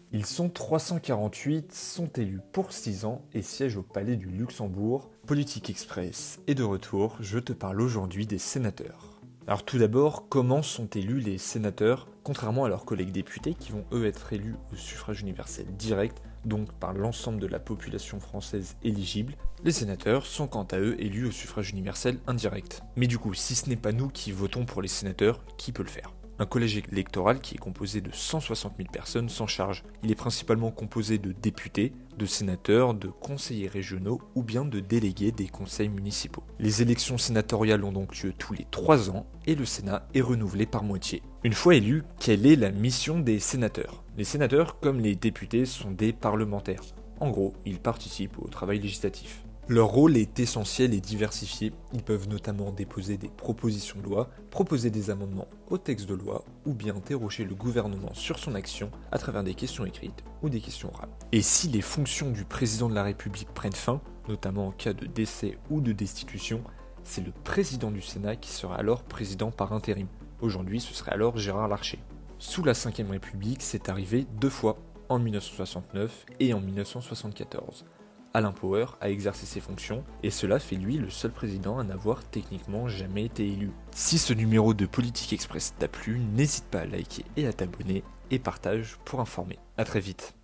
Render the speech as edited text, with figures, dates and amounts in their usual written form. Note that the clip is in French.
Ils sont 348, sont élus pour 6 ans et siègent au Palais du Luxembourg. Politique Express est de retour, je te parle aujourd'hui des sénateurs. Alors tout d'abord, comment sont élus les sénateurs? Contrairement à leurs collègues députés qui vont eux être élus au suffrage universel direct, donc par l'ensemble de la population française éligible, les sénateurs sont quant à eux élus au suffrage universel indirect. Mais du coup, si ce n'est pas nous qui votons pour les sénateurs, qui peut le faire? Un collège électoral qui est composé de 160 000 personnes s'en charge. Il est principalement composé de députés, de sénateurs, de conseillers régionaux ou bien de délégués des conseils municipaux. Les élections sénatoriales ont donc lieu tous les 3 ans et le Sénat est renouvelé par moitié. Une fois élu, quelle est la mission des sénateurs? Les sénateurs, comme les députés, sont des parlementaires. En gros, ils participent au travail législatif. Leur rôle est essentiel et diversifié, ils peuvent notamment déposer des propositions de loi, proposer des amendements au texte de loi ou bien interroger le gouvernement sur son action à travers des questions écrites ou des questions orales. Et si les fonctions du président de la République prennent fin, notamment en cas de décès ou de destitution, c'est le président du Sénat qui sera alors président par intérim. Aujourd'hui, ce serait alors Gérard Larcher. Sous la Ve République, c'est arrivé 2 fois, en 1969 et en 1974. Alain Poher a exercé ses fonctions, et cela fait lui le seul président à n'avoir techniquement jamais été élu. Si ce numéro de Politique Express t'a plu, n'hésite pas à liker et à t'abonner, et partage pour informer. A très vite.